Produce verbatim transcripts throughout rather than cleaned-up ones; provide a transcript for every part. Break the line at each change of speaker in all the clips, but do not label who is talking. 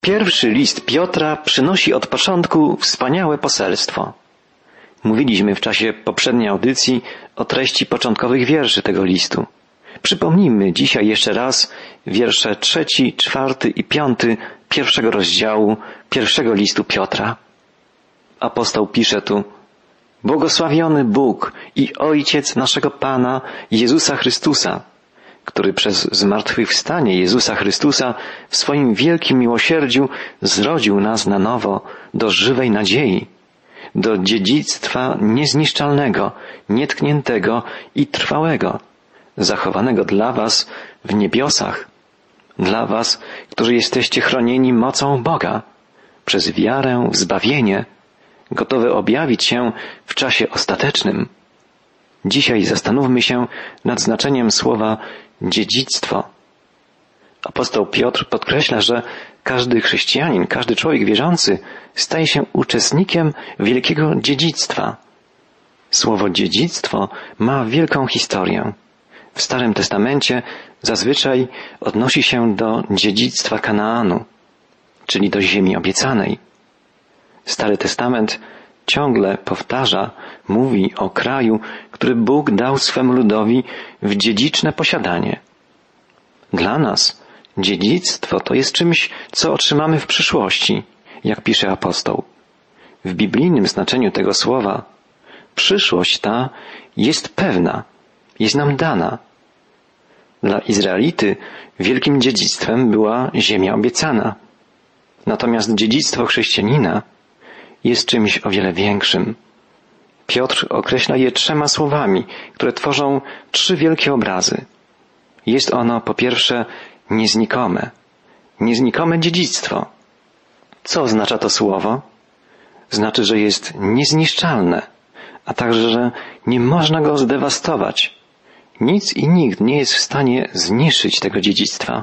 Pierwszy list Piotra przynosi od początku wspaniałe poselstwo. Mówiliśmy w czasie poprzedniej audycji o treści początkowych wierszy tego listu. Przypomnijmy dzisiaj jeszcze raz wiersze trzeci, czwarty i piąty pierwszego rozdziału pierwszego listu Piotra. Apostoł pisze tu: Błogosławiony Bóg i Ojciec naszego Pana Jezusa Chrystusa, który przez zmartwychwstanie Jezusa Chrystusa w swoim wielkim miłosierdziu zrodził nas na nowo do żywej nadziei, do dziedzictwa niezniszczalnego, nietkniętego i trwałego, zachowanego dla was w niebiosach, dla was, którzy jesteście chronieni mocą Boga, przez wiarę w zbawienie, gotowe objawić się w czasie ostatecznym. Dzisiaj zastanówmy się nad znaczeniem słowa dziedzictwo. Apostoł Piotr podkreśla, że każdy chrześcijanin, każdy człowiek wierzący staje się uczestnikiem wielkiego dziedzictwa. Słowo dziedzictwo ma wielką historię. W Starym Testamencie zazwyczaj odnosi się do dziedzictwa Kanaanu, czyli do ziemi obiecanej. Stary Testament ciągle powtarza, mówi o kraju, który Bóg dał swemu ludowi w dziedziczne posiadanie. Dla nas dziedzictwo to jest czymś, co otrzymamy w przyszłości, jak pisze apostoł. W biblijnym znaczeniu tego słowa przyszłość ta jest pewna, jest nam dana. Dla Izraelity wielkim dziedzictwem była ziemia obiecana. Natomiast dziedzictwo chrześcijanina jest czymś o wiele większym. Piotr określa je trzema słowami, które tworzą trzy wielkie obrazy. Jest ono po pierwsze nieznikome. Nieznikome dziedzictwo. Co oznacza to słowo? Znaczy, że jest niezniszczalne, a także, że nie można go zdewastować. Nic i nikt nie jest w stanie zniszczyć tego dziedzictwa.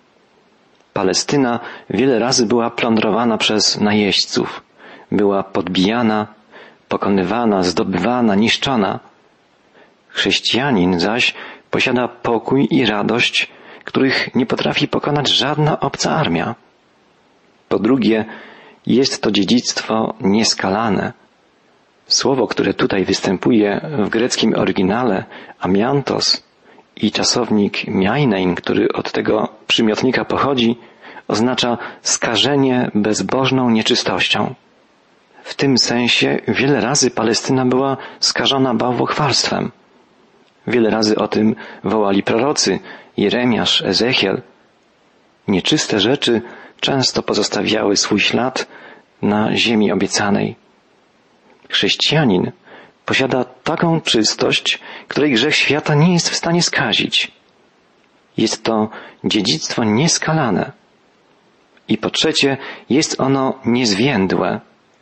Palestyna wiele razy była plądrowana przez najeźdźców. Była podbijana, pokonywana, zdobywana, niszczona. Chrześcijanin zaś posiada pokój i radość, których nie potrafi pokonać żadna obca armia. Po drugie, jest to dziedzictwo nieskalane. Słowo, które tutaj występuje w greckim oryginale, amiantos, i czasownik miainein, który od tego przymiotnika pochodzi, oznacza skażenie bezbożną nieczystością. W tym sensie wiele razy Palestyna była skażona bałwochwalstwem. Wiele razy o tym wołali prorocy, Jeremiasz, Ezechiel. Nieczyste rzeczy często pozostawiały swój ślad na ziemi obiecanej. Chrześcijanin posiada taką czystość, której grzech świata nie jest w stanie skazić. Jest to dziedzictwo nieskalane. I po trzecie, jest ono niezwiędłe.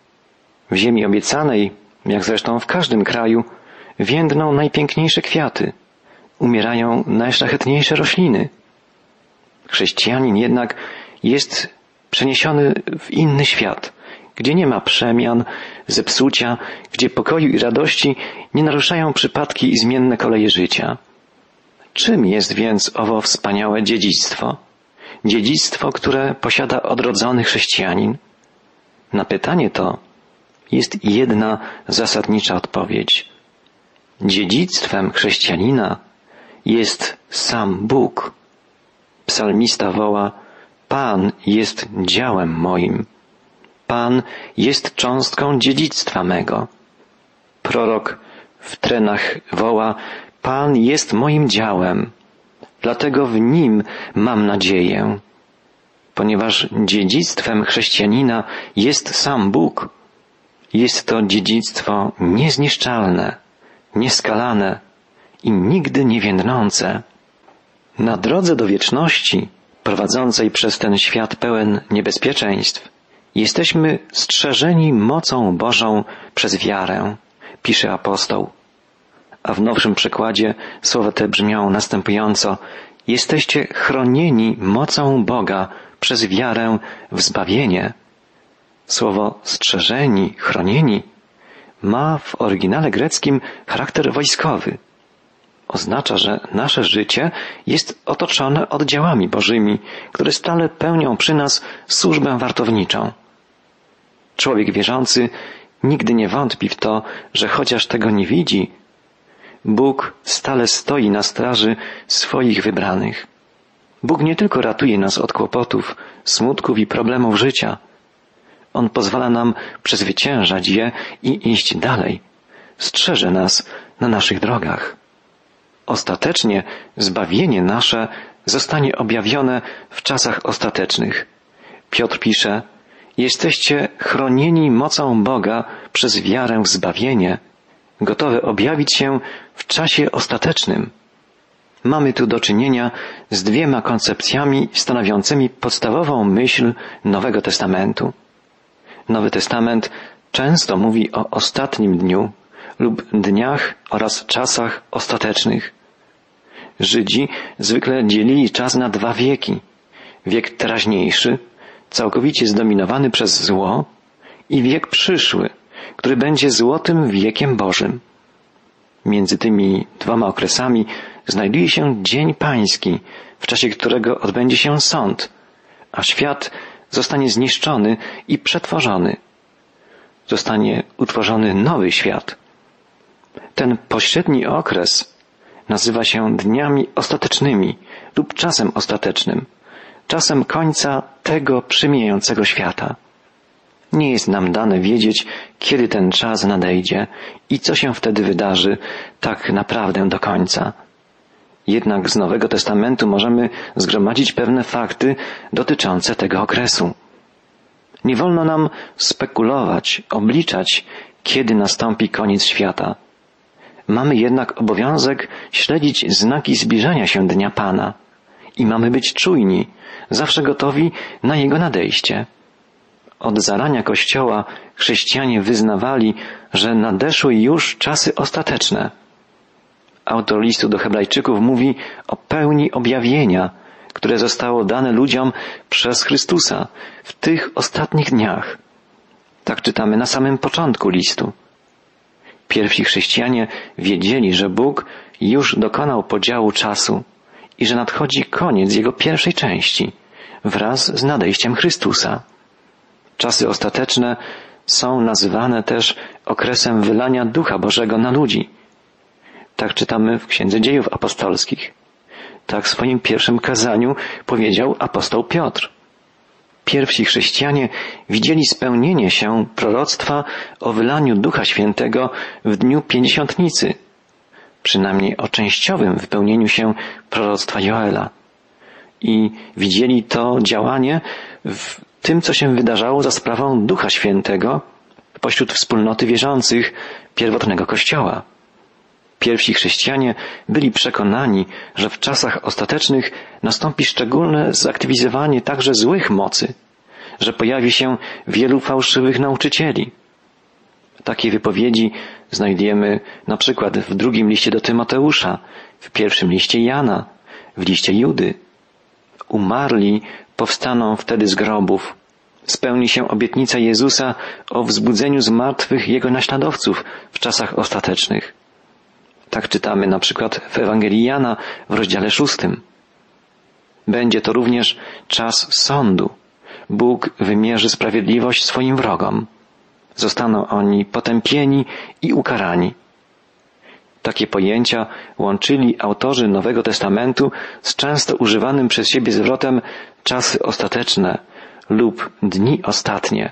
W ziemi obiecanej, jak zresztą w każdym kraju, więdną najpiękniejsze kwiaty, umierają najszlachetniejsze rośliny. Chrześcijanin jednak jest przeniesiony w inny świat, gdzie nie ma przemian, zepsucia, gdzie pokoju i radości nie naruszają przypadki i zmienne koleje życia. Czym jest więc owo wspaniałe dziedzictwo? Dziedzictwo, które posiada odrodzony chrześcijanin? Na pytanie to jest jedna zasadnicza odpowiedź. Dziedzictwem chrześcijanina jest sam Bóg. Psalmista woła: Pan jest działem moim. Pan jest cząstką dziedzictwa mego. Prorok w Trenach woła: Pan jest moim działem, dlatego w Nim mam nadzieję. Ponieważ dziedzictwem chrześcijanina jest sam Bóg, jest to dziedzictwo niezniszczalne, nieskalane i nigdy nie więdnące. Na drodze do wieczności, prowadzącej przez ten świat pełen niebezpieczeństw, jesteśmy strzeżeni mocą Bożą przez wiarę, pisze apostoł. A w nowszym przekładzie słowa te brzmią następująco: jesteście chronieni mocą Boga przez wiarę w zbawienie. Słowo strzeżeni, chronieni ma w oryginale greckim charakter wojskowy. oznacza, że nasze życie jest otoczone oddziałami Bożymi, które stale pełnią przy nas służbę wartowniczą. Człowiek wierzący nigdy nie wątpi w to, że chociaż tego nie widzi, Bóg stale stoi na straży swoich wybranych. Bóg nie tylko ratuje nas od kłopotów, smutków i problemów życia. On pozwala nam przezwyciężać je i iść dalej. Strzeże nas na naszych drogach. Ostatecznie zbawienie nasze zostanie objawione w czasach ostatecznych. Piotr pisze: jesteście chronieni mocą Boga przez wiarę w zbawienie, gotowe objawić się w czasie ostatecznym. Mamy tu do czynienia z dwiema koncepcjami stanowiącymi podstawową myśl Nowego Testamentu. Nowy Testament często mówi o ostatnim dniu lub dniach oraz czasach ostatecznych. Żydzi zwykle dzielili czas na dwa wieki. Wiek teraźniejszy, całkowicie zdominowany przez zło, i wiek przyszły, który będzie złotym wiekiem Bożym. Między tymi dwoma okresami znajduje się Dzień Pański, w czasie którego odbędzie się sąd, a świat zostanie zniszczony i przetworzony. Zostanie utworzony nowy świat. Ten pośredni okres nazywa się dniami ostatecznymi lub czasem ostatecznym, czasem końca tego przemijającego świata. Nie jest nam dane wiedzieć, kiedy ten czas nadejdzie i co się wtedy wydarzy tak naprawdę do końca. Jednak z Nowego Testamentu możemy zgromadzić pewne fakty dotyczące tego okresu. Nie wolno nam spekulować, obliczać, kiedy nastąpi koniec świata. Mamy jednak obowiązek śledzić znaki zbliżania się Dnia Pana i mamy być czujni, zawsze gotowi na jego nadejście. Od zarania Kościoła chrześcijanie wyznawali, że nadeszły już czasy ostateczne. Autor listu do Hebrajczyków mówi o pełni objawienia, które zostało dane ludziom przez Chrystusa w tych ostatnich dniach. Tak czytamy na samym początku listu. Pierwsi chrześcijanie wiedzieli, że Bóg już dokonał podziału czasu i że nadchodzi koniec jego pierwszej części wraz z nadejściem Chrystusa. Czasy ostateczne są nazywane też okresem wylania Ducha Bożego na ludzi. Tak czytamy w Księdze Dziejów Apostolskich. Tak w swoim pierwszym kazaniu powiedział apostoł Piotr. Pierwsi chrześcijanie widzieli spełnienie się proroctwa o wylaniu Ducha Świętego w dniu Pięćdziesiątnicy, przynajmniej o częściowym wypełnieniu się proroctwa Joela. I widzieli to działanie w tym, co się wydarzało za sprawą Ducha Świętego pośród wspólnoty wierzących pierwotnego Kościoła. Pierwsi chrześcijanie byli przekonani, że w czasach ostatecznych nastąpi szczególne zaktywizowanie także złych mocy, że pojawi się wielu fałszywych nauczycieli. Takie wypowiedzi znajdujemy na przykład w drugim liście do Tymoteusza, w pierwszym liście Jana, w liście Judy. Umarli powstaną wtedy z grobów. Spełni się obietnica Jezusa o wzbudzeniu z martwych Jego naśladowców w czasach ostatecznych. Tak czytamy na przykład w Ewangelii Jana w rozdziale szóstym. Będzie to również czas sądu. Bóg wymierzy sprawiedliwość swoim wrogom. Zostaną oni potępieni i ukarani. Takie pojęcia łączyli autorzy Nowego Testamentu z często używanym przez siebie zwrotem czasy ostateczne lub dni ostatnie.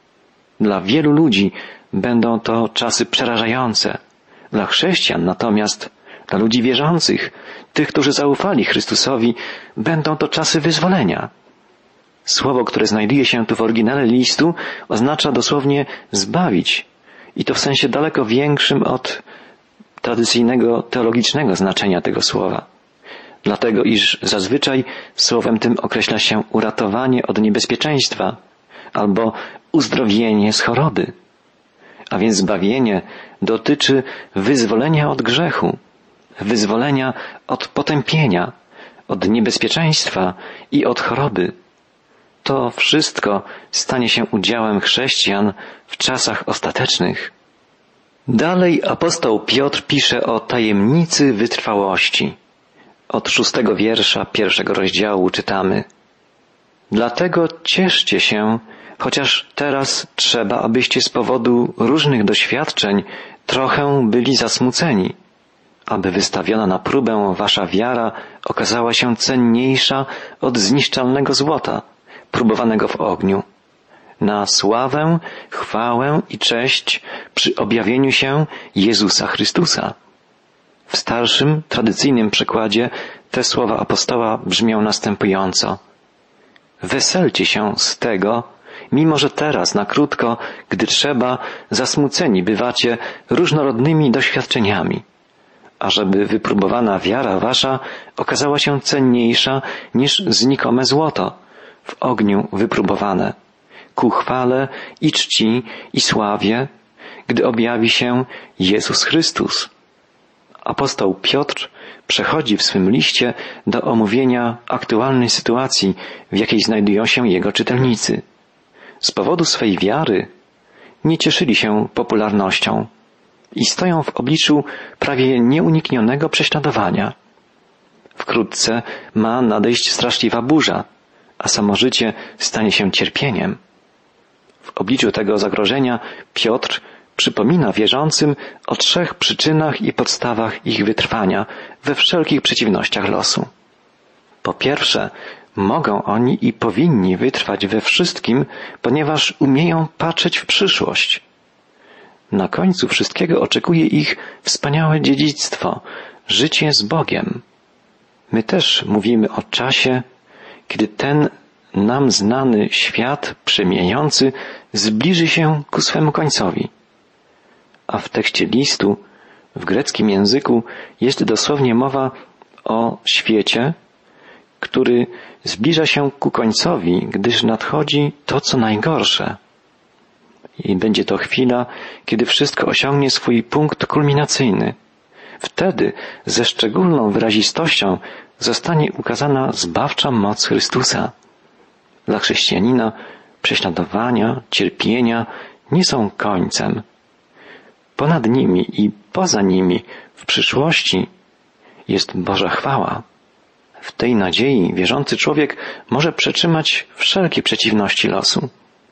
Dla wielu ludzi będą to czasy przerażające. Dla chrześcijan natomiast, dla ludzi wierzących, tych, którzy zaufali Chrystusowi, będą to czasy wyzwolenia. Słowo, które znajduje się tu w oryginale listu, oznacza dosłownie zbawić. I to w sensie daleko większym od tradycyjnego, teologicznego znaczenia tego słowa. Dlatego, iż zazwyczaj słowem tym określa się uratowanie od niebezpieczeństwa albo uzdrowienie z choroby. A więc zbawienie dotyczy wyzwolenia od grzechu, wyzwolenia od potępienia, od niebezpieczeństwa i od choroby. To wszystko stanie się udziałem chrześcijan w czasach ostatecznych. Dalej apostoł Piotr pisze o tajemnicy wytrwałości. Od szóstego wiersza pierwszego rozdziału czytamy: Dlatego cieszcie się, chociaż teraz trzeba, abyście z powodu różnych doświadczeń trochę byli zasmuceni, aby wystawiona na próbę wasza wiara okazała się cenniejsza od zniszczalnego złota, próbowanego w ogniu, na sławę, chwałę i cześć przy objawieniu się Jezusa Chrystusa. W starszym, tradycyjnym przekładzie te słowa apostoła brzmią następująco: Weselcie się z tego, mimo że teraz na krótko, gdy trzeba, zasmuceni bywacie różnorodnymi doświadczeniami, ażeby wypróbowana wiara wasza okazała się cenniejsza niż znikome złoto, w ogniu wypróbowane, ku chwale i czci i sławie, gdy objawi się Jezus Chrystus. Apostoł Piotr przechodzi w swym liście do omówienia aktualnej sytuacji, w jakiej znajdują się jego czytelnicy. Z powodu swej wiary nie cieszyli się popularnością i stoją w obliczu prawie nieuniknionego prześladowania. Wkrótce ma nadejść straszliwa burza, a samo życie stanie się cierpieniem. W obliczu tego zagrożenia Piotr przypomina wierzącym o trzech przyczynach i podstawach ich wytrwania we wszelkich przeciwnościach losu. Po pierwsze, mogą oni i powinni wytrwać we wszystkim, ponieważ umieją patrzeć w przyszłość. Na końcu wszystkiego oczekuje ich wspaniałe dziedzictwo, życie z Bogiem. My też mówimy o czasie, kiedy ten nam znany świat przemijający zbliży się ku swemu końcowi. A w tekście listu, w greckim języku, jest dosłownie mowa o świecie, który zbliża się ku końcowi, gdyż nadchodzi to, co najgorsze. I będzie to chwila, kiedy wszystko osiągnie swój punkt kulminacyjny. Wtedy ze szczególną wyrazistością zostanie ukazana zbawcza moc Chrystusa. Dla chrześcijanina prześladowania, cierpienia nie są końcem. Ponad nimi i poza nimi w przyszłości jest Boża chwała. W tej nadziei wierzący człowiek może przetrzymać wszelkie przeciwności losu.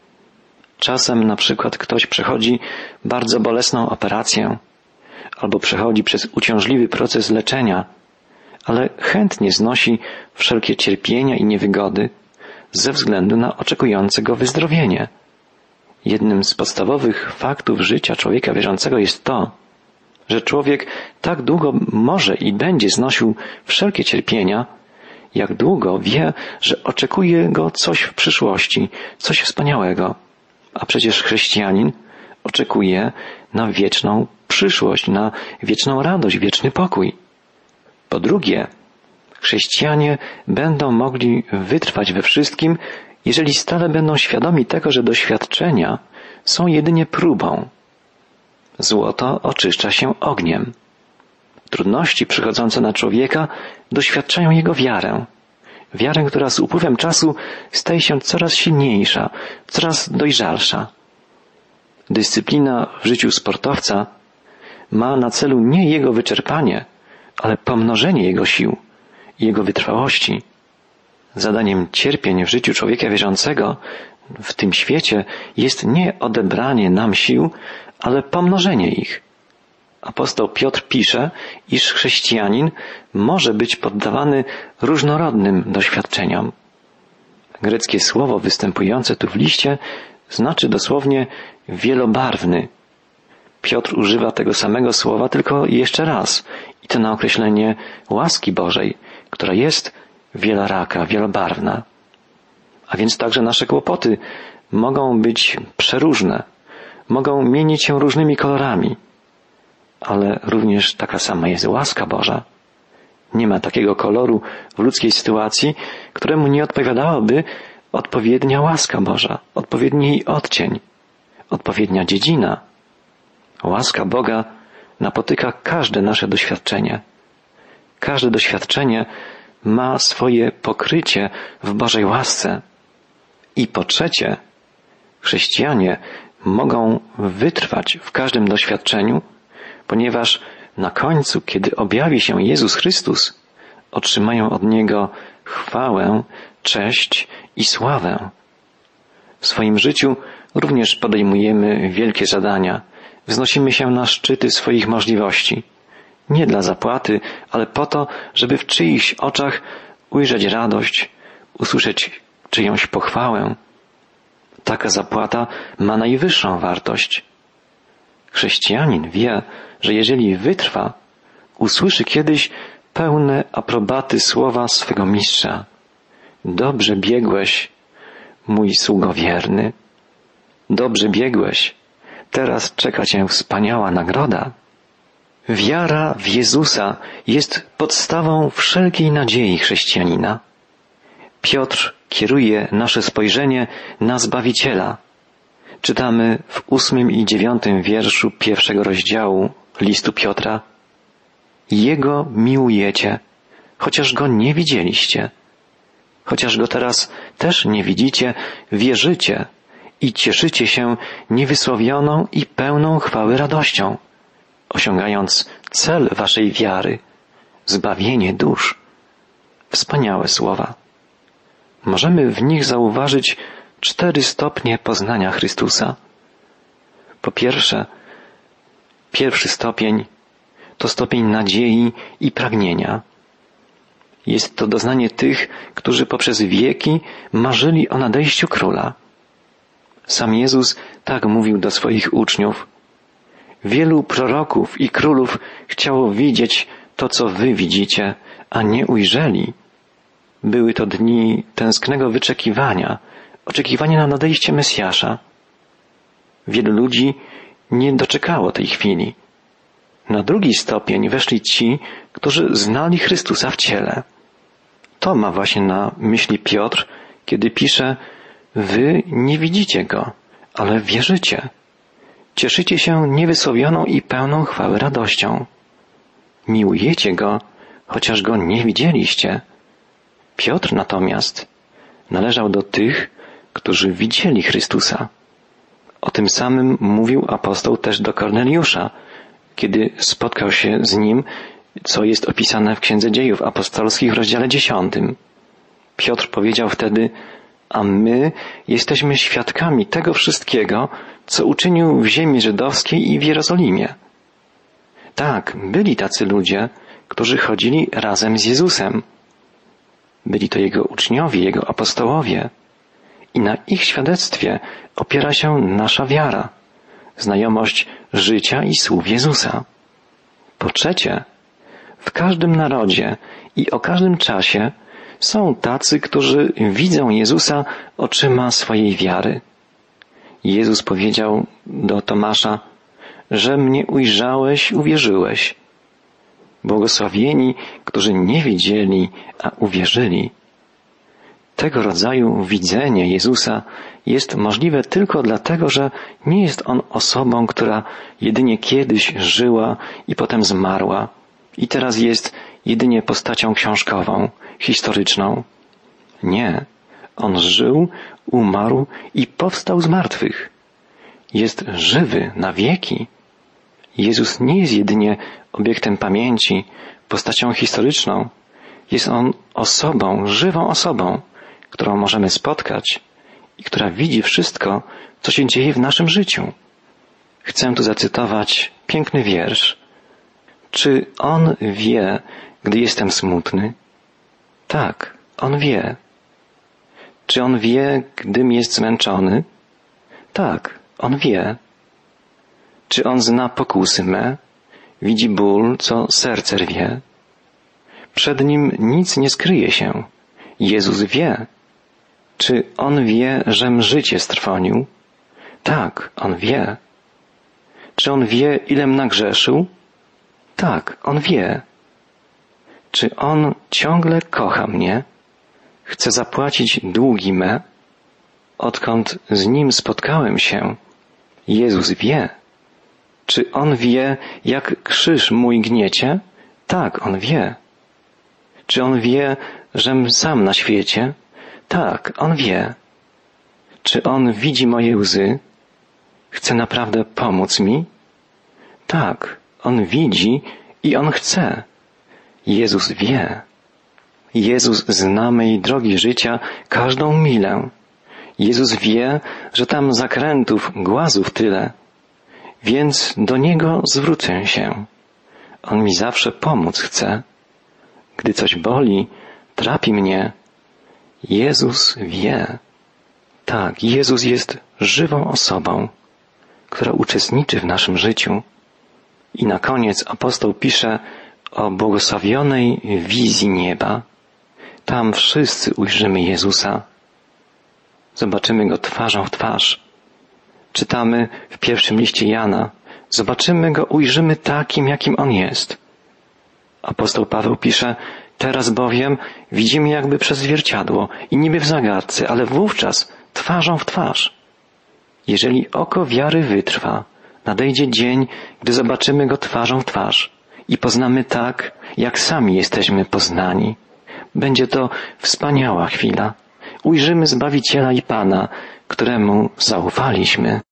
Czasem na przykład ktoś przechodzi bardzo bolesną operację albo przechodzi przez uciążliwy proces leczenia, ale chętnie znosi wszelkie cierpienia i niewygody ze względu na oczekujące go wyzdrowienie. Jednym z podstawowych faktów życia człowieka wierzącego jest to, że człowiek tak długo może i będzie znosił wszelkie cierpienia, jak długo wie, że oczekuje go coś w przyszłości, coś wspaniałego. A przecież chrześcijanin oczekuje na wieczną przyszłość, na wieczną radość, wieczny pokój. Po drugie, chrześcijanie będą mogli wytrwać we wszystkim, jeżeli stale będą świadomi tego, że doświadczenia są jedynie próbą. Złoto oczyszcza się ogniem. Trudności przychodzące na człowieka doświadczają jego wiarę. Wiarę, która z upływem czasu staje się coraz silniejsza, coraz dojrzalsza. Dyscyplina w życiu sportowca ma na celu nie jego wyczerpanie, ale pomnożenie jego sił i jego wytrwałości. Zadaniem cierpień w życiu człowieka wierzącego w tym świecie jest nie odebranie nam sił, ale pomnożenie ich. Apostoł Piotr pisze, iż chrześcijanin może być poddawany różnorodnym doświadczeniom. Greckie słowo występujące tu w liście znaczy dosłownie wielobarwny. Piotr używa tego samego słowa tylko jeszcze raz i to na określenie łaski Bożej, która jest wieloraka, wielobarwna. A więc także nasze kłopoty mogą być przeróżne, mogą mienić się różnymi kolorami, ale również taka sama jest łaska Boża. Nie ma takiego koloru w ludzkiej sytuacji, któremu nie odpowiadałaby odpowiednia łaska Boża, odpowiedni jej odcień, odpowiednia dziedzina. Łaska Boga napotyka każde nasze doświadczenie. Każde doświadczenie ma swoje pokrycie w Bożej łasce. I po trzecie, chrześcijanie mogą wytrwać w każdym doświadczeniu, ponieważ na końcu, kiedy objawi się Jezus Chrystus, otrzymają od Niego chwałę, cześć i sławę. W swoim życiu również podejmujemy wielkie zadania, wznosimy się na szczyty swoich możliwości. Nie dla zapłaty, ale po to, żeby w czyichś oczach ujrzeć radość, usłyszeć czyjąś pochwałę. Taka zapłata ma najwyższą wartość. Chrześcijanin wie, że jeżeli wytrwa, usłyszy kiedyś pełne aprobaty słowa swego mistrza. Dobrze biegłeś, mój sługo wierny. Dobrze biegłeś. Teraz czeka cię wspaniała nagroda. Wiara w Jezusa jest podstawą wszelkiej nadziei chrześcijanina. Piotr kieruje nasze spojrzenie na Zbawiciela. Czytamy w ósmym i dziewiątym wierszu pierwszego rozdziału listu Piotra. Jego miłujecie, chociaż Go nie widzieliście. Chociaż Go teraz też nie widzicie, wierzycie i cieszycie się niewysłowioną i pełną chwały radością, osiągając cel waszej wiary, zbawienie dusz. Wspaniałe słowa. Możemy w nich zauważyć cztery stopnie poznania Chrystusa. Po pierwsze, pierwszy stopień to stopień nadziei i pragnienia. Jest to doznanie tych, którzy poprzez wieki marzyli o nadejściu Króla. Sam Jezus tak mówił do swoich uczniów. Wielu proroków i królów chciało widzieć to, co wy widzicie, a nie ujrzeli. Były to dni tęsknego wyczekiwania, oczekiwania na nadejście Mesjasza. Wielu ludzi nie doczekało tej chwili. Na drugi stopień weszli ci, którzy znali Chrystusa w ciele. To ma właśnie na myśli Piotr, kiedy pisze: wy nie widzicie Go, ale wierzycie. Cieszycie się niewysłowioną i pełną chwały radością. Miłujecie Go, chociaż Go nie widzieliście. Piotr natomiast należał do tych, którzy widzieli Chrystusa. O tym samym mówił apostoł też do Korneliusza, kiedy spotkał się z nim, co jest opisane w Księdze Dziejów Apostolskich w rozdziale dziesiątym. Piotr powiedział wtedy: a my jesteśmy świadkami tego wszystkiego, co uczynił w ziemi żydowskiej i w Jerozolimie. Tak, byli tacy ludzie, którzy chodzili razem z Jezusem. Byli to Jego uczniowie, Jego apostołowie. I na ich świadectwie opiera się nasza wiara, znajomość życia i słów Jezusa. Po trzecie, w każdym narodzie i o każdym czasie są tacy, którzy widzą Jezusa oczyma swojej wiary. Jezus powiedział do Tomasza: że mnie ujrzałeś, uwierzyłeś. Błogosławieni, którzy nie widzieli, a uwierzyli. Tego rodzaju widzenie Jezusa jest możliwe tylko dlatego, że nie jest On osobą, która jedynie kiedyś żyła i potem zmarła i teraz jest jedynie postacią książkową, historyczną. Nie. On żył, umarł i powstał z martwych. Jest żywy na wieki. Jezus nie jest jedynie obiektem pamięci, postacią historyczną. Jest On osobą, żywą osobą, którą możemy spotkać i która widzi wszystko, co się dzieje w naszym życiu. Chcę tu zacytować piękny wiersz. Czy On wie, gdy jestem smutny? Tak, On wie. Czy On wie, gdym jest zmęczony? Tak, On wie. Czy On zna pokusy me? Widzi ból, co serce rwie? Przed Nim nic nie skryje się. Jezus wie. Czy On wie, żem życie strwonił? Tak, On wie. Czy On wie, ilem nagrzeszył? Tak, On wie. Czy On ciągle kocha mnie? Chce zapłacić długi me? Odkąd z Nim spotkałem się, Jezus wie. Czy On wie, jak krzyż mój gniecie? Tak, On wie. Czy On wie, żem sam na świecie? Tak, On wie. Czy On widzi moje łzy? chce naprawdę pomóc mi? Tak, On widzi i On chce. Jezus wie. Jezus zna mej drogi życia każdą milę. Jezus wie, że tam zakrętów, głazów tyle. Więc do Niego zwrócę się. On mi zawsze pomóc chce. Gdy coś boli, trapi mnie, Jezus wie. Tak, Jezus jest żywą osobą, która uczestniczy w naszym życiu. I na koniec apostoł pisze o błogosławionej wizji nieba. Tam wszyscy ujrzymy Jezusa. Zobaczymy Go twarzą w twarz. Czytamy w pierwszym liście Jana. Zobaczymy Go, ujrzymy takim, jakim On jest. Apostoł Paweł pisze, teraz bowiem widzimy jakby przez zwierciadło i niby w zagadce, ale wówczas twarzą w twarz. Jeżeli oko wiary wytrwa, nadejdzie dzień, gdy zobaczymy Go twarzą w twarz i poznamy tak, jak sami jesteśmy poznani. Będzie to wspaniała chwila. Ujrzymy Zbawiciela i Pana, któremu zaufaliśmy.